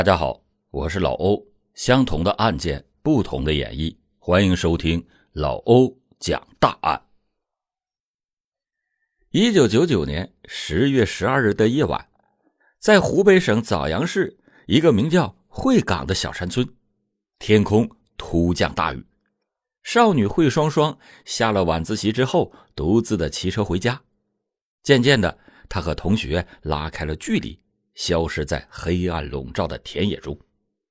大家好，我是老欧，相同的案件，不同的演绎，欢迎收听老欧讲大案。1999年10月12日的夜晚，在湖北省枣阳市一个名叫会岗的小山村，天空突降大雨。少女惠双双下了晚自习之后，独自的骑车回家。渐渐的，她和同学拉开了距离，消失在黑暗笼罩的田野中。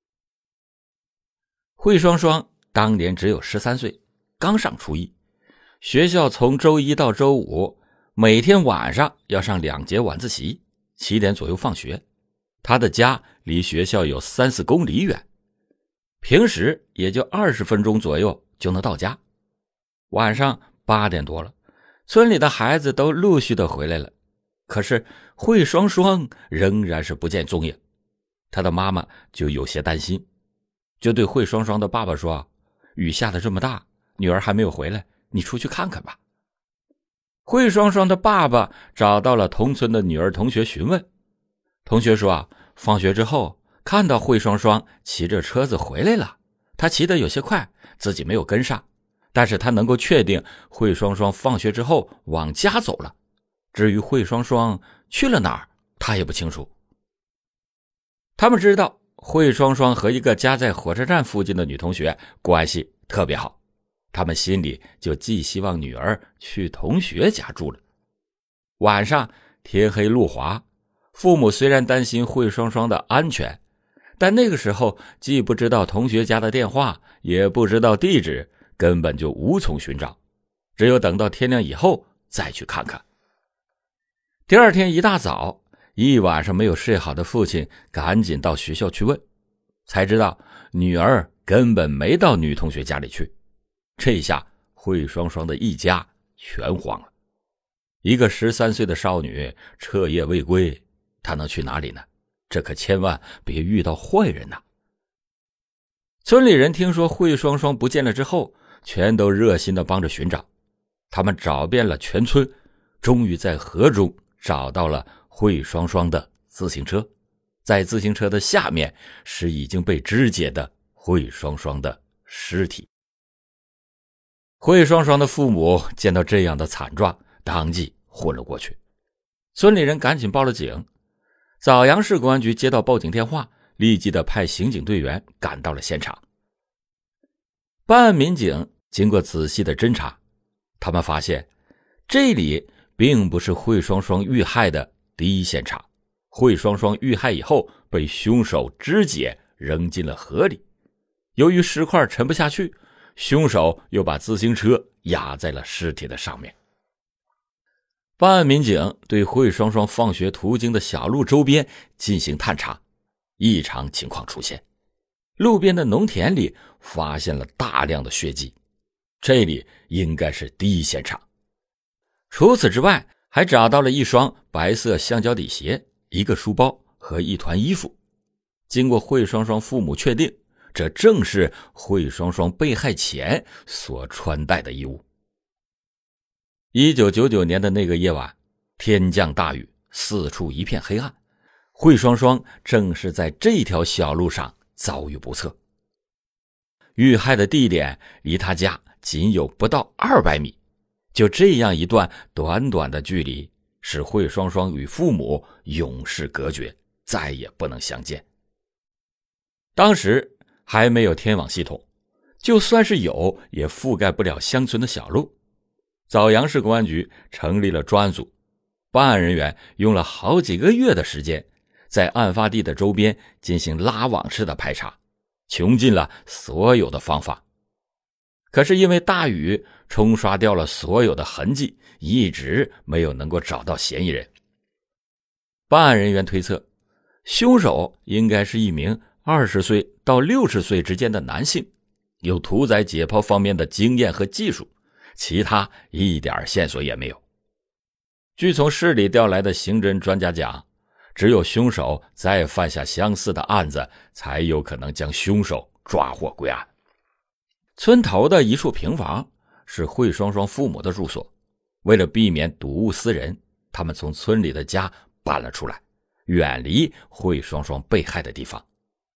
惠双双当年只有13岁，刚上初一。学校从周一到周五，每天晚上要上2节晚自习，7点左右放学。她的家离学校有3-4公里远，平时也就20分钟左右就能到家。晚上8点多了，村里的孩子都陆续的回来了，可是惠双双仍然是不见踪影。她的妈妈就有些担心，就对惠双双的爸爸说，雨下得这么大，女儿还没有回来，你出去看看吧。惠双双的爸爸找到了同村的女儿同学询问，同学说放学之后看到惠双双骑着车子回来了，她骑得有些快，自己没有跟上，但是她能够确定惠双双放学之后往家走了，至于惠双双去了哪儿，她也不清楚。他们知道惠双双和一个家在火车站附近的女同学关系特别好，他们心里就寄希望女儿去同学家住了。晚上天黑路滑，父母虽然担心惠双双的安全，但那个时候既不知道同学家的电话，也不知道地址，根本就无从寻找，只有等到天亮以后再去看看。第二天一大早，一晚上没有睡好的父亲赶紧到学校去问，才知道女儿根本没到女同学家里去。这下惠双双的一家全慌了。一个13岁的少女彻夜未归，她能去哪里呢？这可千万别遇到坏人呐！村里人听说惠双双不见了之后，全都热心地帮着寻找。他们找遍了全村，终于在河中找到了惠双双的自行车，在自行车的下面是已经被肢解的惠双双的尸体。惠双双的父母见到这样的惨状，当即昏了过去。村里人赶紧报了警，枣阳市公安局接到报警电话，立即的派刑警队员赶到了现场。办案民警经过仔细的侦查，他们发现这里并不是惠双双遇害的第一现场，惠双双遇害以后被凶手肢解扔进了河里，由于石块沉不下去，凶手又把自行车压在了尸体的上面。办案民警对惠双双放学途经的小路周边进行探查，异常情况出现，路边的农田里发现了大量的血迹，这里应该是第一现场。除此之外，还找到了一双白色橡胶底鞋、一个书包和一团衣服。经过惠双双父母确定，这正是惠双双被害前所穿戴的衣物。1999年的那个夜晚，天降大雨，四处一片黑暗，惠双双正是在这条小路上遭遇不测。遇害的地点离他家仅有不到200米，就这样一段短短的距离，使惠双双与父母永世隔绝，再也不能相见。当时还没有天网系统，就算是有，也覆盖不了乡村的小路。枣阳市公安局成立了专案组，办案人员用了好几个月的时间，在案发地的周边进行拉网式的排查，穷尽了所有的方法。可是因为大雨冲刷掉了所有的痕迹，一直没有能够找到嫌疑人。办案人员推测，凶手应该是一名20岁到60岁之间的男性，有屠宰解剖方面的经验和技术，其他一点线索也没有。据从市里调来的刑侦专家讲，只有凶手再犯下相似的案子，才有可能将凶手抓获归案。村头的一处平房是惠双双父母的住所，为了避免睹物思人，他们从村里的家搬了出来，远离惠双双被害的地方。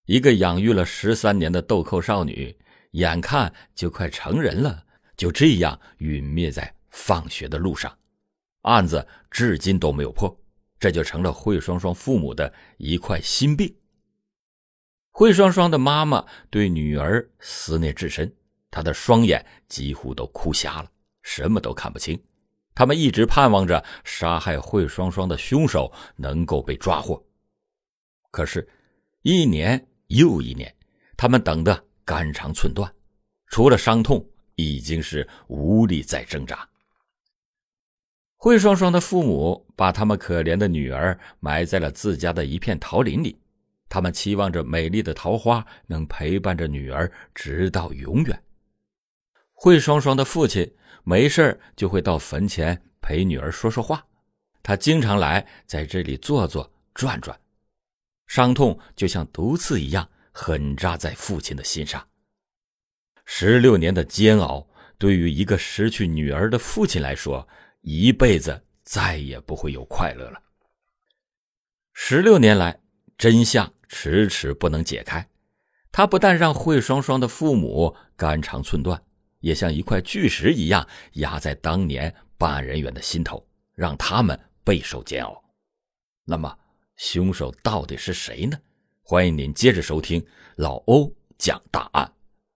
一个养育了13年的豆蔻少女，眼看就快成人了，就这样陨灭在放学的路上。案子至今都没有破，这就成了惠双双父母的一块心病。惠双双的妈妈对女儿思念至深，她的双眼几乎都哭瞎了，什么都看不清。他们一直盼望着杀害惠双双的凶手能够被抓获。可是一年又一年，他们等得肝肠寸断，除了伤痛，已经是无力再挣扎。惠双双的父母把他们可怜的女儿埋在了自家的一片桃林里，他们期望着美丽的桃花能陪伴着女儿直到永远。惠双双的父亲没事就会到坟前陪女儿说说话，他经常来在这里坐坐转转，伤痛就像毒刺一样狠扎在父亲的心上。16年的煎熬对于一个失去女儿的父亲来说，一辈子再也不会有快乐了。16年来，真相迟迟不能解开，他不但让惠双双的父母肝肠寸断，也像一块巨石一样压在当年办案人员的心头，让他们备受煎熬。那么凶手到底是谁呢？欢迎您接着收听老欧讲大案。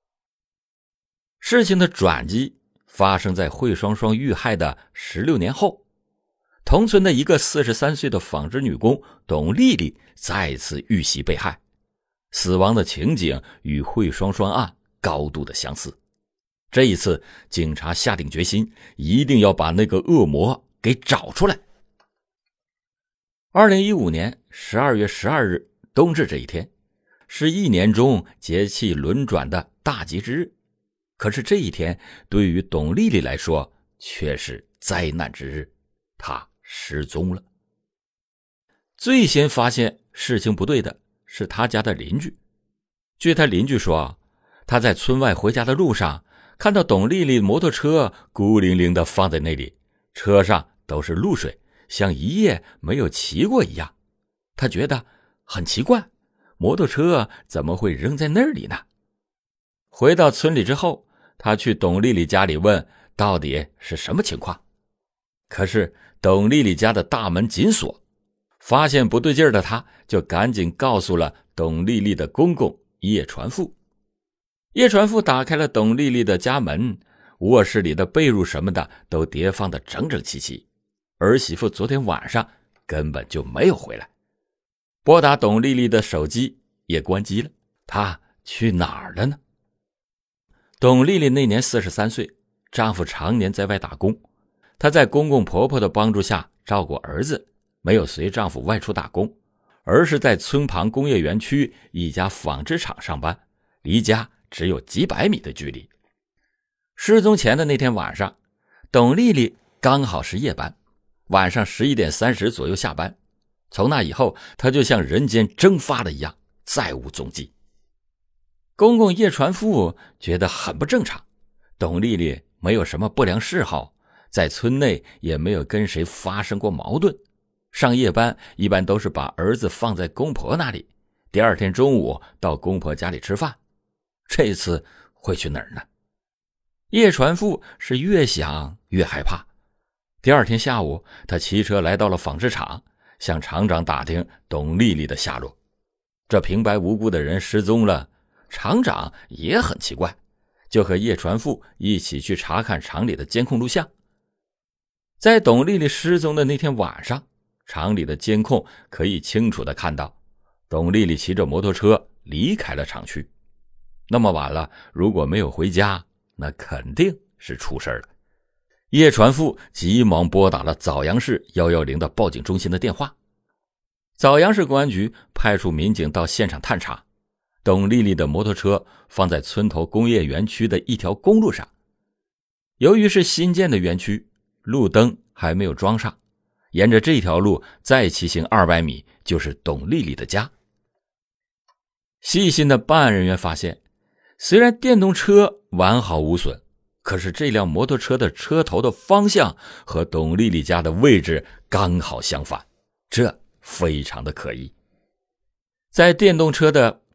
事情的转机发生在惠双双遇害的16年后，同村的一个43岁的纺织女工董丽丽再次遇袭被害，死亡的情景与惠双双案高度的相似。这一次警察下定决心，一定要把那个恶魔给找出来。2015年12月12日冬至这一天，是一年中节气轮转的大吉之日，可是这一天对于董丽丽来说却是灾难之日，她失踪了。最先发现事情不对的是她家的邻居。据她邻居说，她在村外回家的路上看到董丽丽摩托车孤零零地放在那里，车上都是露水，像一夜没有骑过一样。他觉得很奇怪，摩托车怎么会扔在那里呢？回到村里之后，他去董丽丽家里问到底是什么情况。可是董丽丽家的大门紧锁，发现不对劲的他就赶紧告诉了董丽丽的公公叶传富。叶传富打开了董丽丽的家门，卧室里的被褥什么的都叠放得整整齐齐，儿媳妇昨天晚上根本就没有回来。拨打董丽丽的手机也关机了，她去哪儿了呢？董丽丽那年43岁，丈夫常年在外打工，她在公公婆婆的帮助下照顾儿子，没有随丈夫外出打工，而是在村旁工业园区一家纺织厂上班，离家只有几百米的距离。失踪前的那天晚上，董丽丽刚好是夜班，晚上11点30左右下班。从那以后，她就像人间蒸发了一样，再无踪迹。公公叶传富觉得很不正常，董丽丽没有什么不良嗜好，在村内也没有跟谁发生过矛盾，上夜班一般都是把儿子放在公婆那里，第二天中午到公婆家里吃饭，这次会去哪儿呢？叶传富是越想越害怕。第二天下午，他骑车来到了纺织厂，向厂长打听董丽丽的下落。这平白无故的人失踪了，厂长也很奇怪，就和叶传富一起去查看厂里的监控录像。在董丽丽失踪的那天晚上，厂里的监控可以清楚地看到董丽丽骑着摩托车离开了厂区。那么晚了，如果没有回家，那肯定是出事了。叶传富急忙拨打了枣阳市110的报警中心的电话。枣阳市公安局派出民警到现场探查，董丽丽的摩托车放在村头工业园区的一条公路上。由于是新建的园区，路灯还没有装上，沿着这条路再骑行200米就是董丽丽的家。细心的办案人员发现，虽然电动车完好无损，可是这辆摩托车的车头的方向和董丽丽家的位置刚好相反，这非常的可疑。在电动车的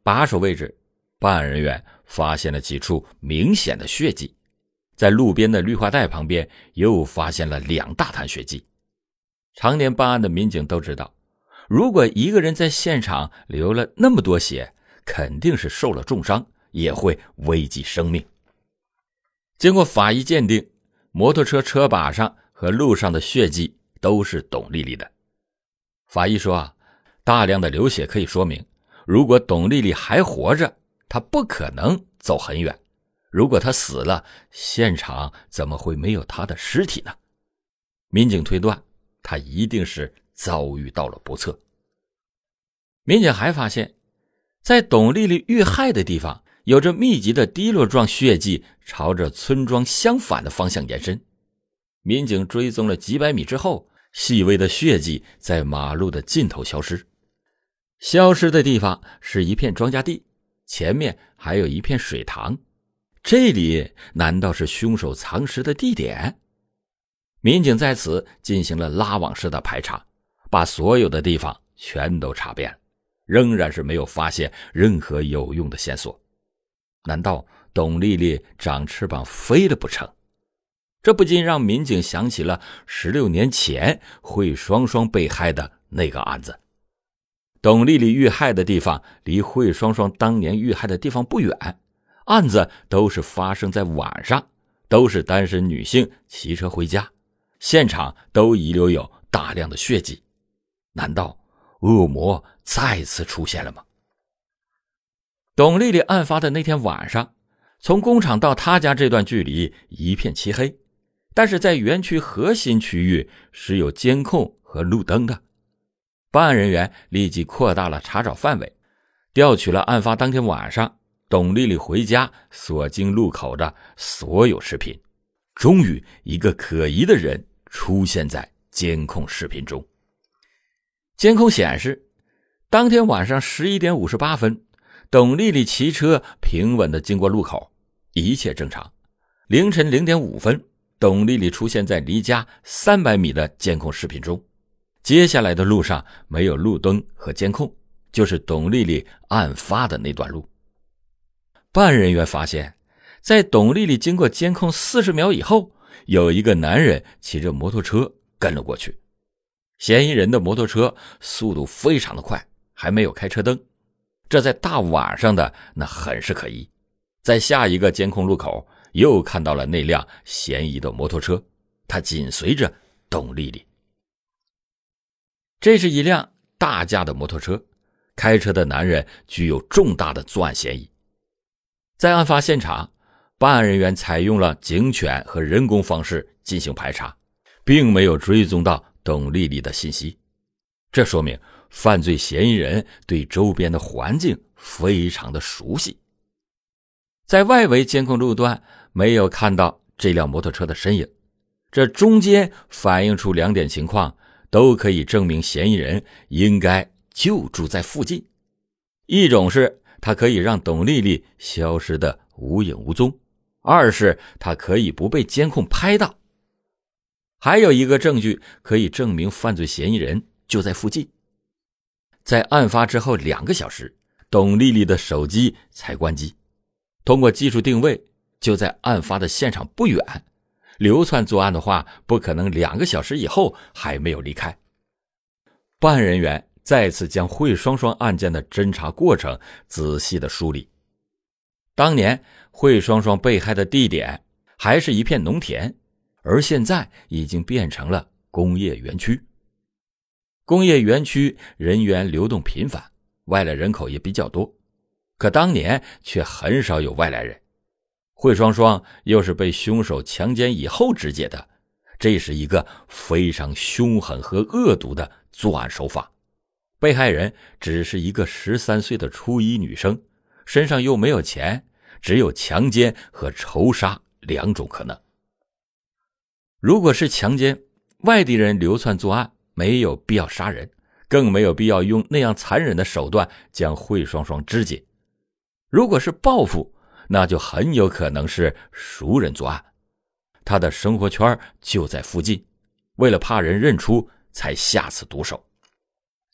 把手位置，办案人员发现了几处明显的血迹，在路边的绿化带旁边又发现了2大滩血迹。常年办案的民警都知道，如果一个人在现场流了那么多血，肯定是受了重伤，也会危及生命。经过法医鉴定，摩托车车把上和路上的血迹都是董丽丽的。法医说大量的流血可以说明，如果董丽丽还活着，她不可能走很远。如果她死了，现场怎么会没有她的尸体呢？民警推断，她一定是遭遇到了不测。民警还发现，在董丽丽遇害的地方，有着密集的滴落状血迹朝着村庄相反的方向延伸。民警追踪了几百米之后，细微的血迹在马路的尽头消失。消失的地方是一片庄稼地，前面还有一片水塘。这里难道是凶手藏尸的地点？民警在此进行了拉网式的排查，把所有的地方全都查遍了，仍然是没有发现任何有用的线索。难道董丽丽长翅膀飞了不成？这不禁让民警想起了16年前惠双双被害的那个案子。董丽丽遇害的地方离惠双双当年遇害的地方不远，案子都是发生在晚上，都是单身女性骑车回家，现场都遗留有大量的血迹。难道恶魔再次出现了吗？董丽丽案发的那天晚上，从工厂到她家这段距离一片漆黑，但是在园区核心区域是有监控和路灯的。办案人员立即扩大了查找范围，调取了案发当天晚上董丽丽回家所经路口的所有视频。终于一个可疑的人出现在监控视频中。监控显示，当天晚上11点58分，董丽丽骑车平稳地经过路口，一切正常。凌晨0点5分，董丽丽出现在离家300米的监控视频中。接下来的路上没有路灯和监控，就是董丽丽案发的那段路。办案人员发现，在董丽丽经过监控40秒以后，有一个男人骑着摩托车跟了过去。嫌疑人的摩托车速度非常的快，还没有开车灯，这在大晚上的那很是可疑。在下一个监控路口又看到了那辆嫌疑的摩托车，他紧随着董丽丽。这是一辆大架的摩托车，开车的男人具有重大的作案嫌疑。在案发现场，办案人员采用了警犬和人工方式进行排查，并没有追踪到董丽丽的信息。这说明犯罪嫌疑人对周边的环境非常的熟悉。在外围监控路段没有看到这辆摩托车的身影，这中间反映出2点情况，都可以证明嫌疑人应该就住在附近。一种是他可以让董丽丽消失的无影无踪，二是他可以不被监控拍到。还有一个证据可以证明犯罪嫌疑人就在附近。在案发之后2个小时，董丽丽的手机才关机，通过技术定位，就在案发的现场不远。流窜作案的话，不可能2个小时以后还没有离开。办案人员再次将惠双双案件的侦查过程仔细的梳理。当年惠双双被害的地点还是一片农田，而现在已经变成了工业园区。工业园区人员流动频繁，外来人口也比较多，可当年却很少有外来人。惠双双又是被凶手强奸以后肢解的，这是一个非常凶狠和恶毒的作案手法。被害人只是一个13岁的初一女生，身上又没有钱，只有强奸和仇杀2种可能。如果是强奸，外地人流窜作案没有必要杀人，更没有必要用那样残忍的手段将惠双双肢解。如果是报复，那就很有可能是熟人作案，他的生活圈就在附近，为了怕人认出才下此毒手。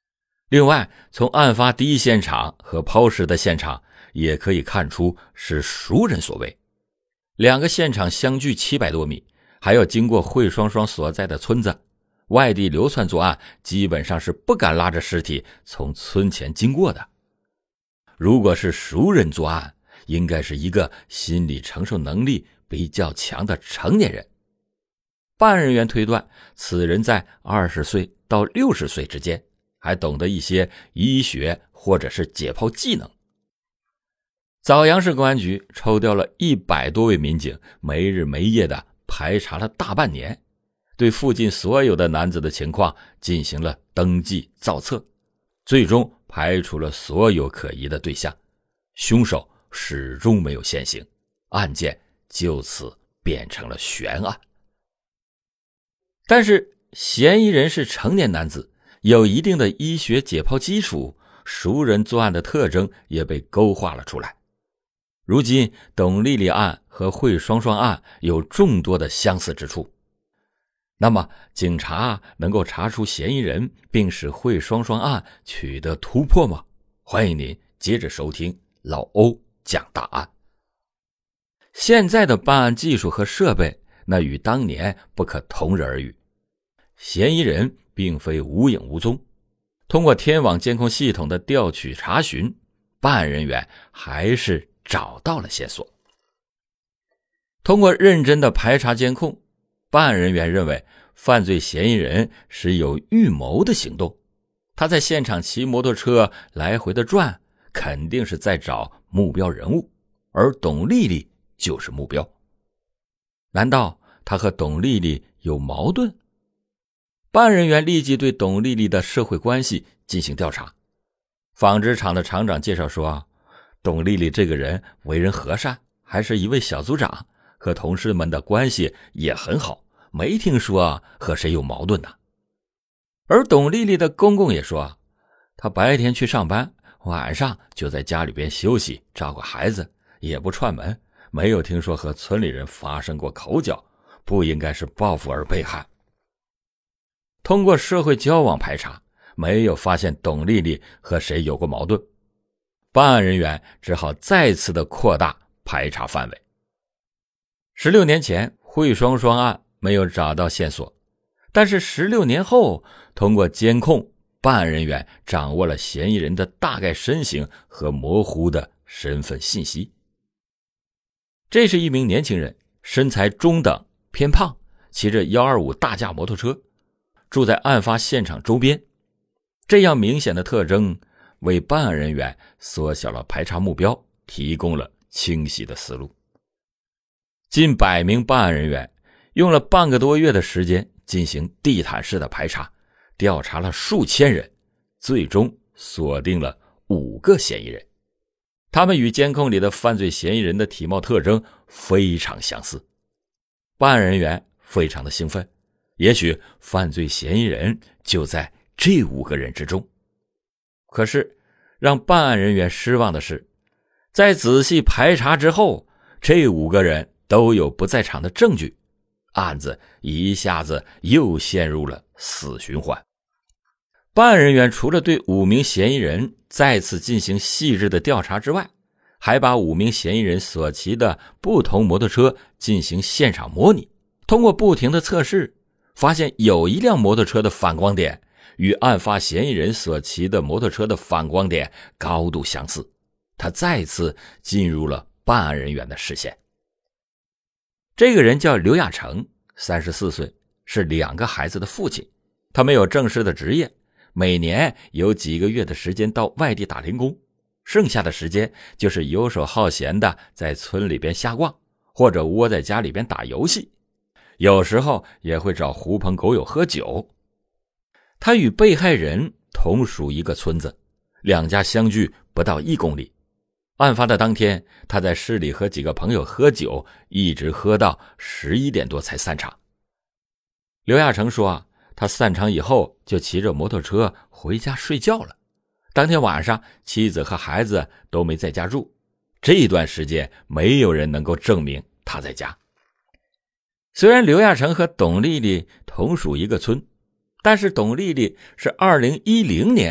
另外，从案发第一现场和抛尸的现场也可以看出是熟人所为。两个现场相距700多米，还要经过惠双双所在的村子，外地流窜作案基本上是不敢拉着尸体从村前经过的。如果是熟人作案，应该是一个心理承受能力比较强的成年人。办案人员推断，此人在20岁到60岁之间，还懂得一些医学或者是解剖技能。枣阳市公安局抽调了100多位民警，没日没夜地排查了大半年，对附近所有的男子的情况进行了登记造册，最终排除了所有可疑的对象，凶手始终没有现形，案件就此变成了悬案。但是嫌疑人是成年男子，有一定的医学解剖基础，熟人作案的特征也被勾画了出来。如今董丽丽案和惠双双案有众多的相似之处，那么警察能够查出嫌疑人并使惠双双案取得突破吗？欢迎您接着收听老欧讲大案。现在的办案技术和设备那与当年不可同日而语，嫌疑人并非无影无踪，通过天网监控系统的调取查询，办案人员还是找到了线索。通过认真的排查监控，办案人员认为犯罪嫌疑人是有预谋的行动，他在现场骑摩托车来回的转，肯定是在找目标人物，而董丽丽就是目标。难道他和董丽丽有矛盾？办案人员立即对董丽丽的社会关系进行调查。纺织厂的厂长介绍说，董丽丽这个人为人和善，还是一位小组长，和同事们的关系也很好，没听说和谁有矛盾呢。而董丽丽的公公也说，她白天去上班，晚上就在家里边休息照顾孩子，也不串门，没有听说和村里人发生过口角，不应该是报复而被害。通过社会交往排查，没有发现董丽丽和谁有过矛盾，办案人员只好再次的扩大排查范围。16年前惠双双案没有找到线索，但是16年后，通过监控，办案人员掌握了嫌疑人的大概身形和模糊的身份信息。这是一名年轻人，身材中等，偏胖，骑着125大架摩托车，住在案发现场周边。这样明显的特征为办案人员缩小了排查目标，提供了清晰的思路。近100名办案人员用了半个多月的时间进行地毯式的排查，调查了数千人，最终锁定了5个嫌疑人。他们与监控里的犯罪嫌疑人的体貌特征非常相似。办案人员非常的兴奋，也许犯罪嫌疑人就在这5个人之中。可是让办案人员失望的是，在仔细排查之后，这5个人都有不在场的证据，案子一下子又陷入了死循环。办案人员除了对5名嫌疑人再次进行细致的调查之外，还把5名嫌疑人所骑的不同摩托车进行现场模拟。通过不停的测试，发现有一辆摩托车的反光点与案发嫌疑人所骑的摩托车的反光点高度相似，他再次进入了办案人员的视线。这个人叫刘亚成，34岁，是2个孩子的父亲。他没有正式的职业，每年有几个月的时间到外地打零工，剩下的时间就是游手好闲的在村里边瞎逛，或者窝在家里边打游戏，有时候也会找狐朋狗友喝酒。他与被害人同属一个村子，2家相距不到1公里。案发的当天，他在市里和几个朋友喝酒，一直喝到11点多才散场。刘亚成说，他散场以后就骑着摩托车回家睡觉了。当天晚上，妻子和孩子都没在家住，这段时间没有人能够证明他在家。虽然刘亚成和董丽丽同属一个村，但是董丽丽是2010年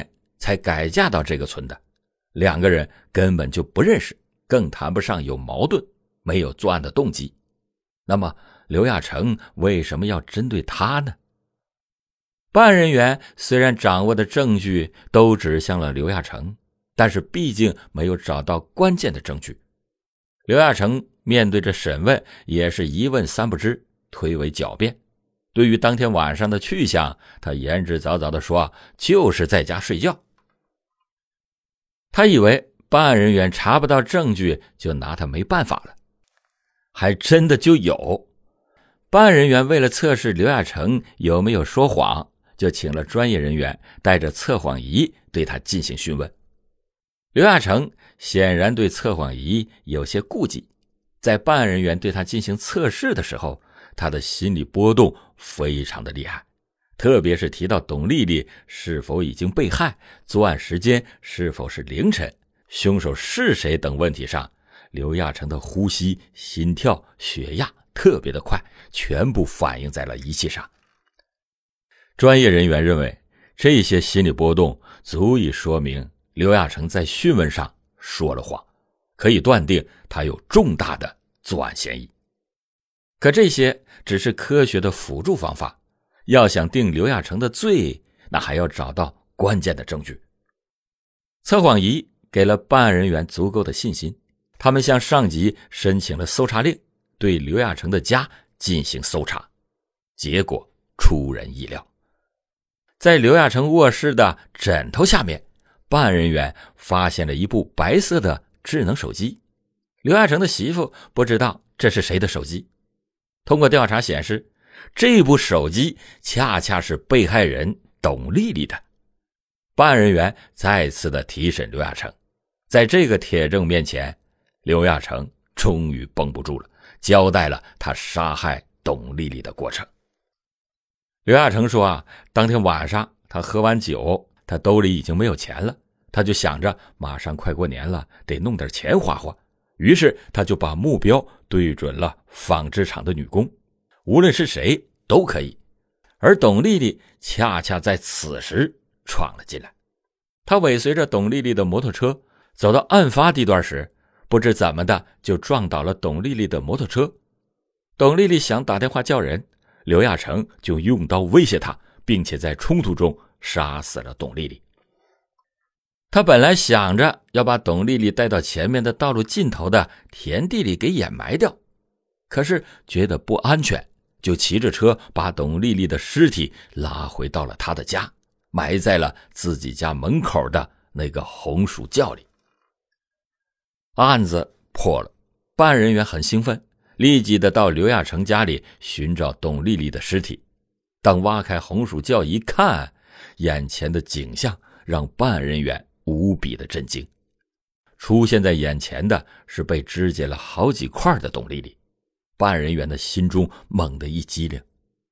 才改嫁到这个村的，两个人根本就不认识，更谈不上有矛盾，没有作案的动机。那么刘亚成为什么要针对他呢？办案人员虽然掌握的证据都指向了刘亚成，但是毕竟没有找到关键的证据。刘亚成面对着审问也是一问三不知，推诿狡辩。对于当天晚上的去向，他言之凿凿地说就是在家睡觉。他以为办案人员查不到证据就拿他没办法了，还真的就有。办案人员为了测试刘亚成有没有说谎，就请了专业人员带着测谎仪对他进行询问。刘亚成显然对测谎仪有些顾忌，在办案人员对他进行测试的时候，他的心理波动非常的厉害，特别是提到董丽丽是否已经被害，作案时间是否是凌晨，凶手是谁等问题上，刘亚成的呼吸、心跳、血压特别的快，全部反映在了仪器上。专业人员认为，这些心理波动足以说明刘亚成在讯问上说了谎，可以断定他有重大的作案嫌疑。可这些只是科学的辅助方法，要想定刘亚成的罪，那还要找到关键的证据。测谎仪给了办案人员足够的信心，他们向上级申请了搜查令，对刘亚成的家进行搜查。结果出人意料，在刘亚成卧室的枕头下面，办案人员发现了一部白色的智能手机。刘亚成的媳妇不知道这是谁的手机。通过调查显示，这部手机恰恰是被害人董丽丽的。办案人员再次的提审刘亚成，在这个铁证面前，刘亚成终于绷不住了，交代了他杀害董丽丽的过程。刘亚成说当天晚上他喝完酒，他兜里已经没有钱了，他就想着马上快过年了，得弄点钱花花，于是他就把目标对准了纺织厂的女工，无论是谁都可以。而董丽丽恰恰在此时闯了进来，他尾随着董丽丽的摩托车走到案发地段时，不知怎么的就撞倒了董丽丽的摩托车。董丽丽想打电话叫人，刘亚成就用刀威胁她，并且在冲突中杀死了董丽丽。他本来想着要把董丽丽带到前面的道路尽头的田地里给掩埋掉，可是觉得不安全，就骑着车把董丽丽的尸体拉回到了他的家，埋在了自己家门口的那个红薯窖里。案子破了，办案人员很兴奋，立即的到刘亚成家里寻找董丽丽的尸体。当挖开红薯窖一看，眼前的景象让办案人员无比的震惊。出现在眼前的是被肢解了好几块的董丽丽。办案人员的心中猛地一激灵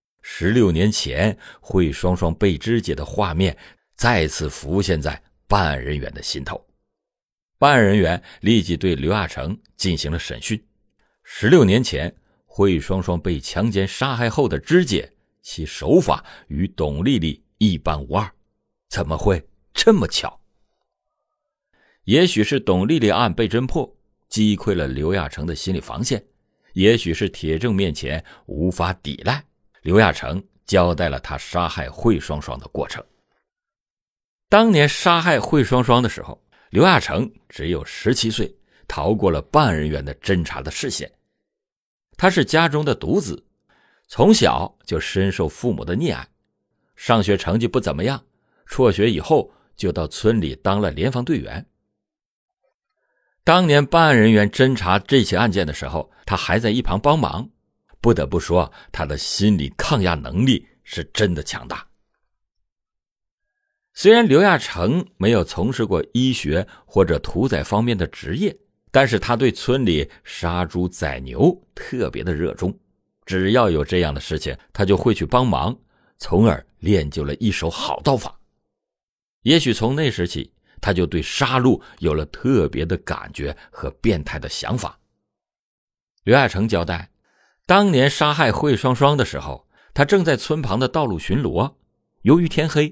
，16年前惠双双被肢解的画面再次浮现在办案人员的心头。办案人员立即对刘亚成进行了审讯。16年前惠双双被强奸杀害后的肢解，其手法与董丽丽一般无二，怎么会这么巧？也许是董丽丽案被侦破，击溃了刘亚成的心理防线，也许是铁证面前无法抵赖，刘亚成交代了他杀害惠双双的过程。当年杀害惠双双的时候，刘亚成只有17岁，逃过了办案人员的侦查的视线。他是家中的独子，从小就深受父母的溺爱，上学成绩不怎么样，辍学以后就到村里当了联防队员。当年办案人员侦查这起案件的时候，他还在一旁帮忙，不得不说他的心理抗压能力是真的强大。虽然刘亚成没有从事过医学或者屠宰方面的职业，但是他对村里杀猪宰牛特别的热衷，只要有这样的事情他就会去帮忙，从而练就了一手好刀法。也许从那时起，他就对杀戮有了特别的感觉和变态的想法。刘亚成交代，当年杀害惠双双的时候，他正在村旁的道路巡逻，由于天黑，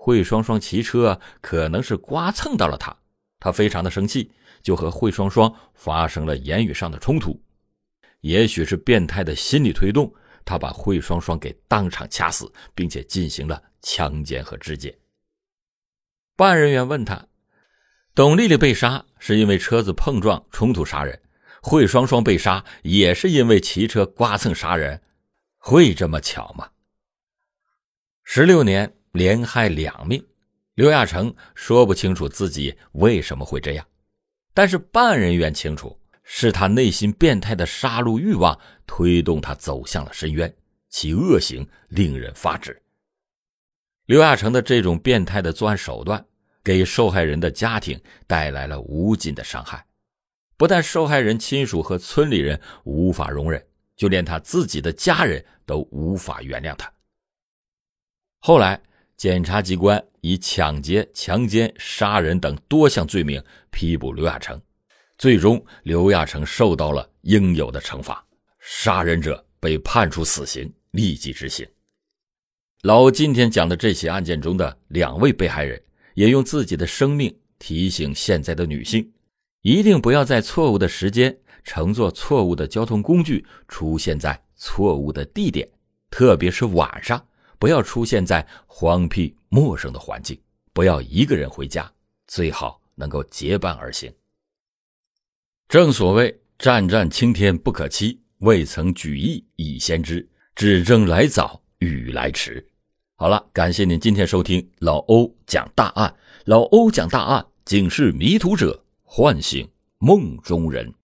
惠双双骑车可能是刮蹭到了他，他非常的生气，就和惠双双发生了言语上的冲突。也许是变态的心理推动，他把惠双双给当场掐死，并且进行了强奸和肢解。办案人员问他，董丽丽被杀是因为车子碰撞冲突杀人，惠双双被杀也是因为骑车刮蹭杀人，会这么巧吗？16年连害2命，刘亚成说不清楚自己为什么会这样，但是办案人员清楚，是他内心变态的杀戮欲望推动他走向了深渊，其恶行令人发指。刘亚成的这种变态的作案手段给受害人的家庭带来了无尽的伤害，不但受害人亲属和村里人无法容忍，就连他自己的家人都无法原谅他。后来检察机关以抢劫、强奸、杀人等多项罪名批捕刘亚成，最终刘亚成受到了应有的惩罚，杀人者被判处死刑，立即执行。老欧今天讲的这起案件中的2位被害人，也用自己的生命提醒现在的女性，一定不要在错误的时间乘坐错误的交通工具，出现在错误的地点，特别是晚上，不要出现在荒僻陌生的环境，不要一个人回家，最好能够结伴而行。正所谓战战青天不可欺，未曾举义已先知，只争来早雨来迟。好了，感谢您今天收听老欧讲大案。老欧讲大案，警示迷途者，唤醒梦中人。